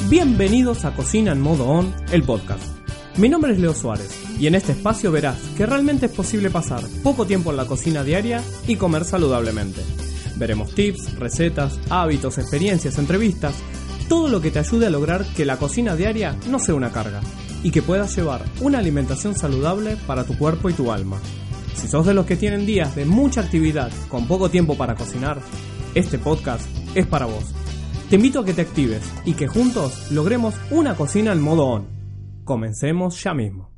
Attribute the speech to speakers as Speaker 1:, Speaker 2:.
Speaker 1: Bienvenidos a Cocina en Modo On, el podcast. Mi nombre es Leo Suárez y en este espacio verás que realmente es posible pasar poco tiempo en la cocina diaria y comer saludablemente. Veremos tips, recetas, hábitos, experiencias, entrevistas, todo lo que te ayude a lograr que la cocina diaria no sea una carga y que puedas llevar una alimentación saludable para tu cuerpo y tu alma. Si sos de los que tienen días de mucha actividad con poco tiempo para cocinar, este podcast es para vos. Te invito a que te actives y que juntos logremos una cocina en modo on. Comencemos ya mismo.